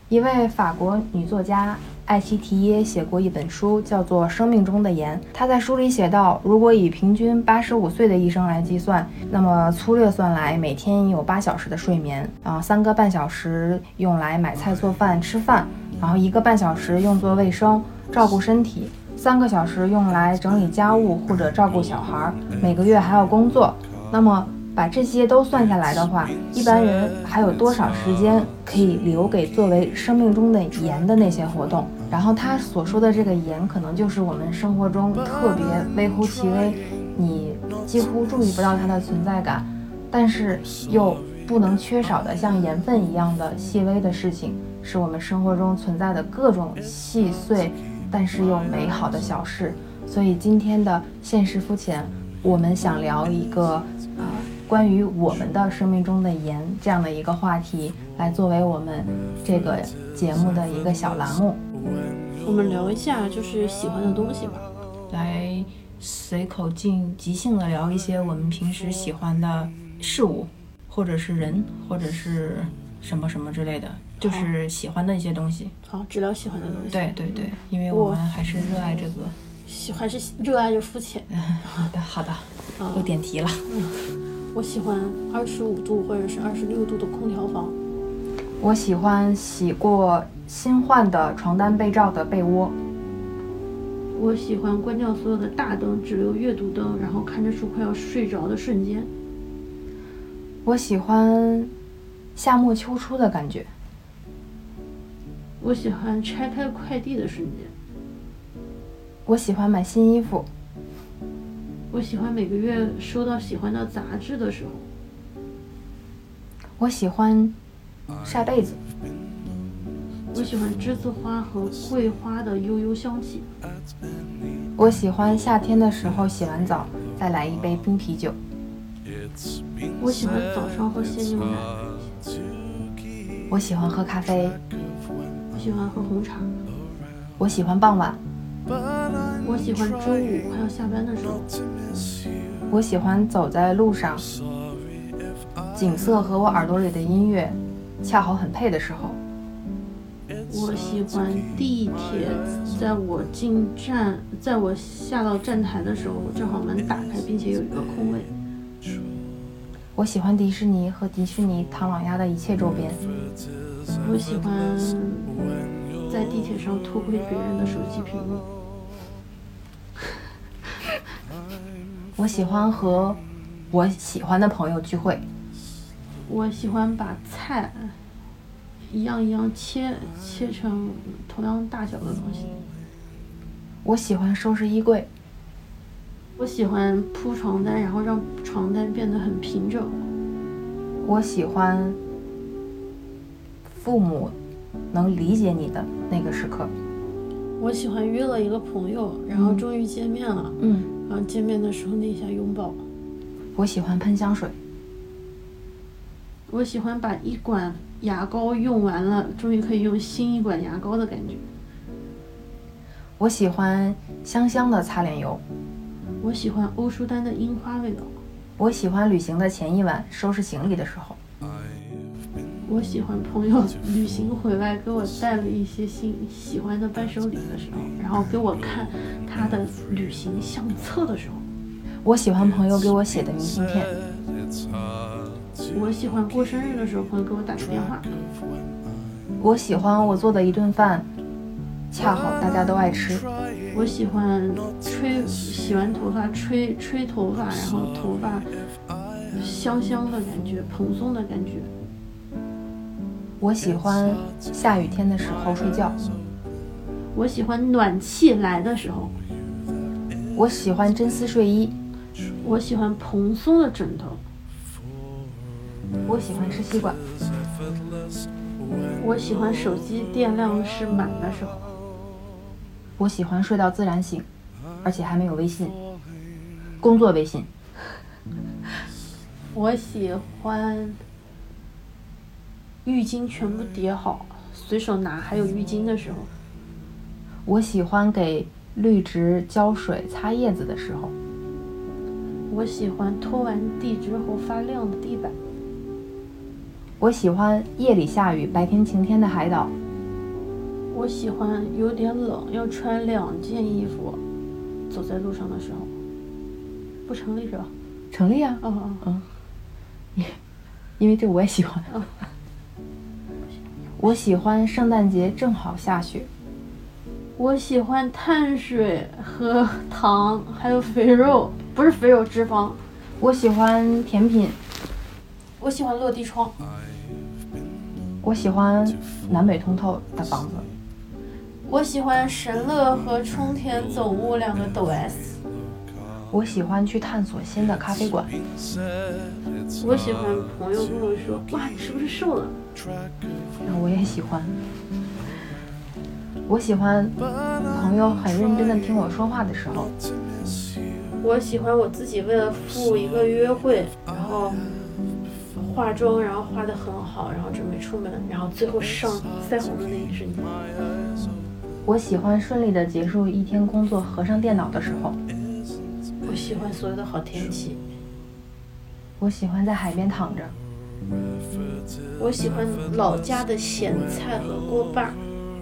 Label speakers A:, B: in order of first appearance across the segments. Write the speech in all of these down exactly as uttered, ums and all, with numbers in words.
A: 一位法国女作家艾希提耶写过一本书，叫做《生命中的盐》。她在书里写道，如果以平均八十五岁的一生来计算，那么粗略算来，每天有八小时的睡眠，啊，三个半小时用来买菜做饭吃饭，然后一个半小时用作卫生照顾身体，三个小时用来整理家务或者照顾小孩，每个月还要工作。那么把这些都算下来的话，一般人还有多少时间可以留给作为生命中的盐的那些活动？然后他所说的这个盐，可能就是我们生活中特别微乎其微，你几乎注意不到它的存在感，但是又不能缺少的像盐分一样的细微的事情，是我们生活中存在的各种细碎但是又美好的小事。所以今天的现实肤浅，我们想聊一个呃关于我们的生命中的盐这样的一个话题，来作为我们这个节目的一个小栏目。
B: 我们聊一下就是喜欢的东西吧，
A: 来随口进即兴的聊一些我们平时喜欢的事物，或者是人，或者是什么什么之类的，就是喜欢的一些东西。
B: 好，只聊喜欢的东西。
A: 对对对，因为我们还是热爱这个，
B: 喜还是热爱着肤浅。
A: 好的好的，又点题了。
B: 嗯，我喜欢二十五度或者是二十六度的空调房。
A: 我喜欢洗过新换的床单被罩的被窝。
B: 我喜欢关掉所有的大灯，只留阅读灯，然后看着书快要睡着的瞬间。
A: 我喜欢夏末秋初的感觉。
B: 我喜欢拆开快递的瞬间。
A: 我喜欢买新衣服。
B: 我喜欢每个月收到喜欢的杂志的时候。
A: 我喜欢晒被子。
B: 我喜欢栀子花和桂花的悠悠香气。
A: 我喜欢夏天的时候洗完澡再来一杯冰啤酒。
B: 我喜欢早上喝鲜牛奶。
A: 我喜欢喝咖啡。
B: 我喜欢喝红茶。
A: 我喜欢傍晚。
B: 我喜欢周五快要下班的时候。
A: 我喜欢走在路上，景色和我耳朵里的音乐恰好很配的时候。
B: 我喜欢地铁，在我进站，在我下到站台的时候，我正好门打开，并且有一个空位。
A: 我喜欢迪士尼和迪士尼唐老鸭的一切周边。
B: 我喜欢在地铁上偷窥别人的手机屏幕。
A: 我喜欢和我喜欢的朋友聚会。
B: 我喜欢把菜一样一样切切成同样大小的东西。
A: 我喜欢收拾衣柜。
B: 我喜欢铺床单，然后让床单变得很平整。
A: 我喜欢父母能理解你的那个时刻。
B: 我喜欢约了一个朋友，然后终于见面了。
A: 嗯，
B: 然后见面的时候那一下拥抱。
A: 我喜欢喷香水。
B: 我喜欢把一管牙膏用完了，终于可以用新一管牙膏的感觉。
A: 我喜欢香香的擦脸油。
B: 我喜欢欧舒丹的樱花味道。
A: 我喜欢旅行的前一晚收拾行李的时候。
B: 我喜欢朋友旅行回来给我带了一些新喜欢的伴手礼的时候，然后给我看他的旅行相册的时候。
A: 我喜欢朋友给我写的明信片。
B: 我喜欢过生日的时候朋友给我打个电话。
A: 我喜欢我做的一顿饭恰好大家都爱吃。
B: 我喜欢吹洗完头发吹吹头发，然后头发香香的感觉，蓬松的感觉。
A: 我喜欢下雨天的时候睡觉。
B: 我喜欢暖气来的时候。
A: 我喜欢真丝睡衣。
B: 我喜欢蓬松的枕头。
A: 我喜欢吃西瓜。
B: 我喜欢手机电量是满的时候。
A: 我喜欢睡到自然醒，而且还没有微信，工作微信。
B: 我喜欢浴巾全部叠好，随手拿还有浴巾的时候。
A: 我喜欢给绿植浇水擦叶子的时候。
B: 我喜欢拖完地之后发亮的地板。
A: 我喜欢夜里下雨白天晴天的海岛。
B: 我喜欢有点冷，要穿两件衣服，走在路上的时候。不成立是吧？
A: 成立啊。
B: 嗯嗯
A: 嗯。因因为这我也喜欢。
B: 嗯。
A: 我喜欢圣诞节正好下雪。
B: 我喜欢碳水和糖，还有肥肉，不是肥肉，脂肪。
A: 我喜欢甜品。
B: 我喜欢落地窗。
A: 我喜欢南北通透的房子。
B: 我喜欢神乐和冲田总务两个抖 S。
A: 我喜欢去探索新的咖啡馆。
B: 我喜欢朋友跟我说，哇，你是不是瘦了？
A: 然后我也喜欢。我喜欢朋友很认真的听我说话的时候。
B: 我喜欢我自己为了赴一个约会，然后化妆，然后化得很好，然后准备出门，然后最后上腮红的那一瞬间。
A: 我喜欢顺利的结束一天工作，合上电脑的时候。
B: 我喜欢所有的好天气。
A: 我喜欢在海边躺着。
B: 我喜欢老家的咸菜和锅巴。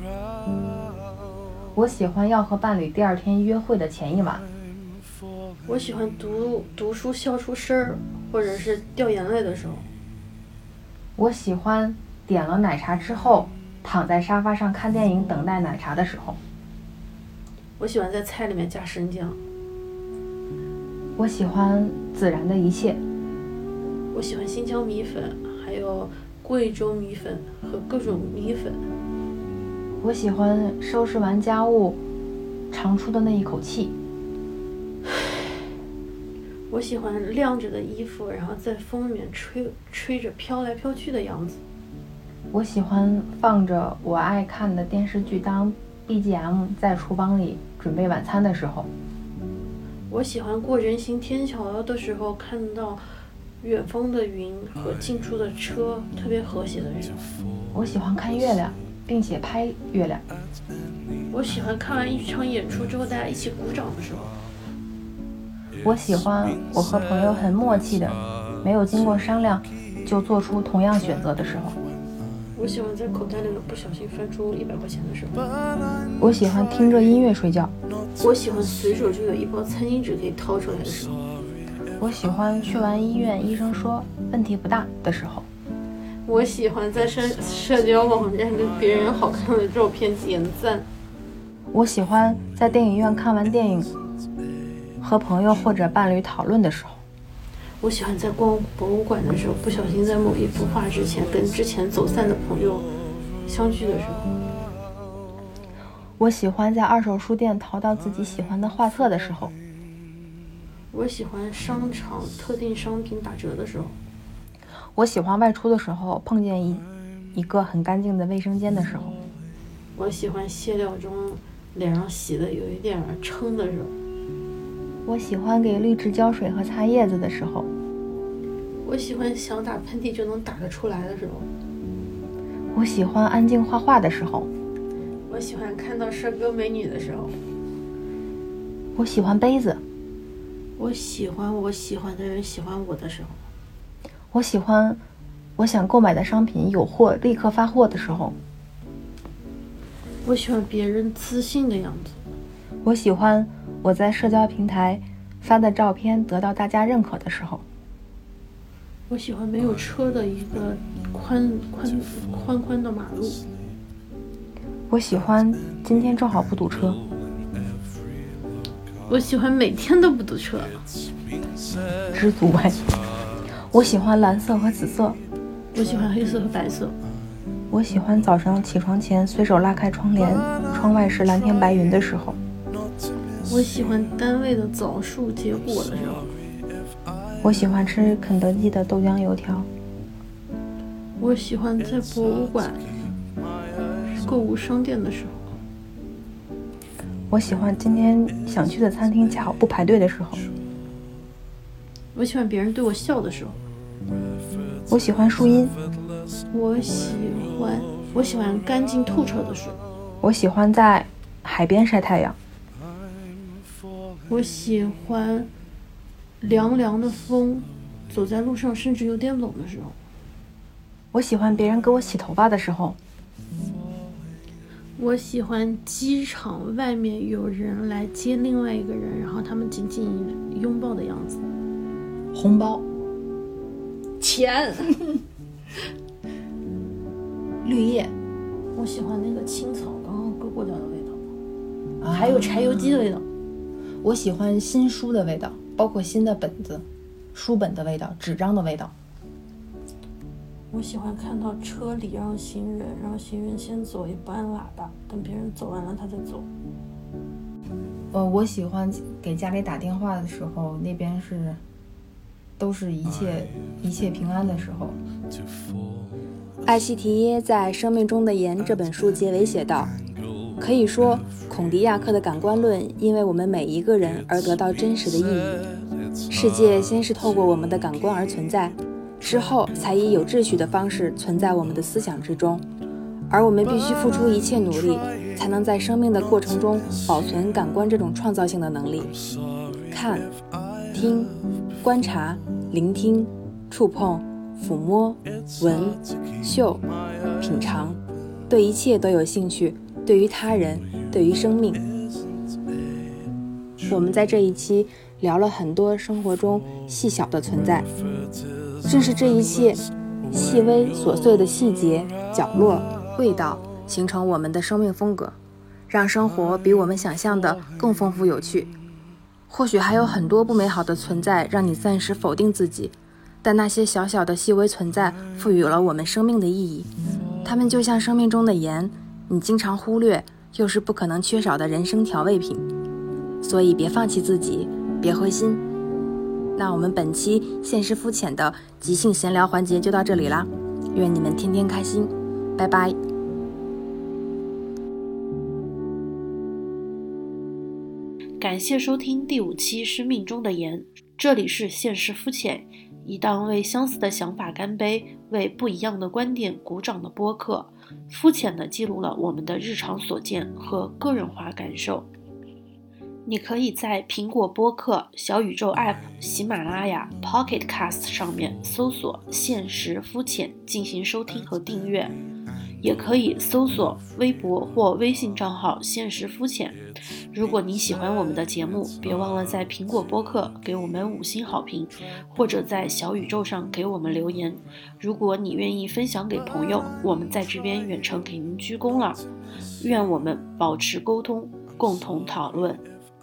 A: 我喜欢要和伴侣第二天约会的前一晚。
B: 我喜欢读读书笑出声儿，或者是掉眼泪的时候。
A: 我喜欢点了奶茶之后躺在沙发上看电影等待奶茶的时候。
B: 我喜欢在菜里面加生姜。
A: 我喜欢自然的一切。
B: 我喜欢新疆米粉，还有贵州米粉和各种米粉。
A: 我喜欢收拾完家务长出的那一口气。
B: 我喜欢晾着的衣服，然后在风里面吹吹着飘来飘去的样子。
A: 我喜欢放着我爱看的电视剧当 B G M 在厨房里准备晚餐的时候。
B: 我喜欢过人行天桥的时候看到远方的云和进出的车，特别和谐的人。
A: 我喜欢看月亮并且拍月亮。
B: 我喜欢看完一场演出之后大家一起鼓掌的时候。
A: 我喜欢我和朋友很默契的，没有经过商量就做出同样选择的时候。
B: 我喜欢在口袋里面不小心翻出一百块钱的时候。
A: 我喜欢听着音乐睡觉。
B: 我喜欢随手就有一包餐巾纸可以掏出来的时候。
A: 我喜欢去完医院医生说问题不大的时候。
B: 我喜欢在社社交网站跟别人好看的照片点赞。
A: 我喜欢在电影院看完电影和朋友或者伴侣讨论的时候。
B: 我喜欢在逛博物馆的时候不小心在某一幅画之前跟之前走散的朋友相聚的时候。
A: 我喜欢在二手书店淘到自己喜欢的画册的时候。
B: 我喜欢商场特定商品打折的时候。
A: 我喜欢外出的时候碰见一一个很干净的卫生间的时候。
B: 我喜欢卸料中脸上洗的有一点撑的时候。
A: 我喜欢给绿植浇水和擦叶子的时候。
B: 我喜欢想打喷嚏就能打得出来的时候。
A: 我喜欢安静画画的时候。
B: 我喜欢看到帅哥美女的时候。
A: 我喜欢杯子。
B: 我喜欢我喜欢的人喜欢我的时候。
A: 我喜欢我想购买的商品有货立刻发货的时候。
B: 我喜欢别人自信的样子。
A: 我喜欢我在社交平台发的照片得到大家认可的时候。
B: 我喜欢没有车的一个宽宽宽宽的马路。
A: 我喜欢今天正好不堵车。
B: 我喜欢每天都不堵车。
A: 知足呗。我喜欢蓝色和紫色。
B: 我喜欢黑色和白色。
A: 我喜欢早上起床前随手拉开窗帘，窗外是蓝天白云的时候。
B: 我喜欢单位的枣树结果的时候。
A: 我喜欢吃肯德基的豆浆油条。
B: 我喜欢在博物馆、购物商店的时候。
A: 我喜欢今天想去的餐厅恰好不排队的时候。
B: 我喜欢别人对我笑的时候。
A: 我喜欢树荫。
B: 我喜欢我喜欢干净透彻的水。
A: 我喜欢在海边晒太阳。
B: 我喜欢凉凉的风，走在路上甚至有点冷的时候。
A: 我喜欢别人给我洗头发的时候。
B: 我喜欢机场外面有人来接另外一个人，然后他们紧紧拥抱的样子。
A: 红包，
B: 钱，
A: 绿叶，
B: 我喜欢那个青草刚刚割过掉的味道，
A: 啊、
B: 还有柴油机的味道。
A: 我喜欢新书的味道，包括新的本子、书本的味道、纸张的味道。
B: 我喜欢看到车礼让行人，让行人先走，也不按喇叭，等别人走完了他再走。
A: 呃，我喜欢给家里打电话的时候，那边是都是一切一切平安的时候。
C: 艾希提耶在《生命中的盐》这本书结尾写道，可以说孔迪亚克的感官论因为我们每一个人而得到真实的意义。世界先是透过我们的感官而存在，之后才以有秩序的方式存在我们的思想之中，而我们必须付出一切努力，才能在生命的过程中保存感官这种创造性的能力。看、听、观察、聆听、触碰、抚摸、闻、嗅、品尝，对一切都有兴趣，对于他人，对于生命。我们在这一期聊了很多生活中细小的存在，正是这一切细微琐碎的细节、角落、味道，形成我们的生命风格，让生活比我们想象的更丰富有趣。或许还有很多不美好的存在让你暂时否定自己，但那些小小的细微存在赋予了我们生命的意义，它们就像生命中的盐，你经常忽略，又是不可能缺少的人生调味品。所以别放弃自己，别灰心。那我们本期现实肤浅的即兴闲聊环节就到这里啦，愿你们天天开心，拜拜。
B: 感谢收听第五期《生命中的盐》，这里是现实肤浅，一档为相似的想法干杯，为不一样的观点鼓掌的播客，肤浅地记录了我们的日常所见和个人化感受。你可以在苹果播客、小宇宙 App、喜马拉雅、Pocket Cast 上面搜索现实肤浅进行收听和订阅，也可以搜索微博或微信账号现实肤浅。如果你喜欢我们的节目，别忘了在苹果播客给我们五星好评，或者在小宇宙上给我们留言。如果你愿意分享给朋友，我们在这边远程给您鞠躬了。愿我们保持沟通，共同讨论。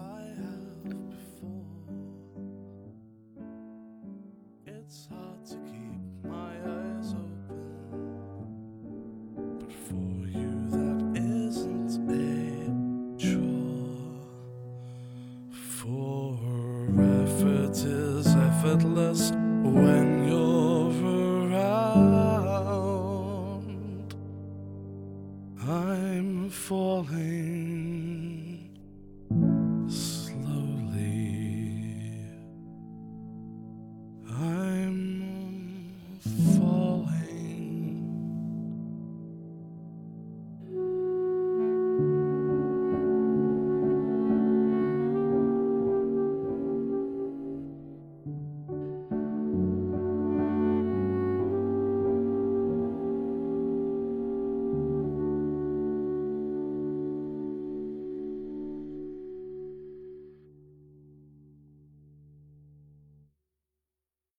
D: Effortless when you're around. I'm falling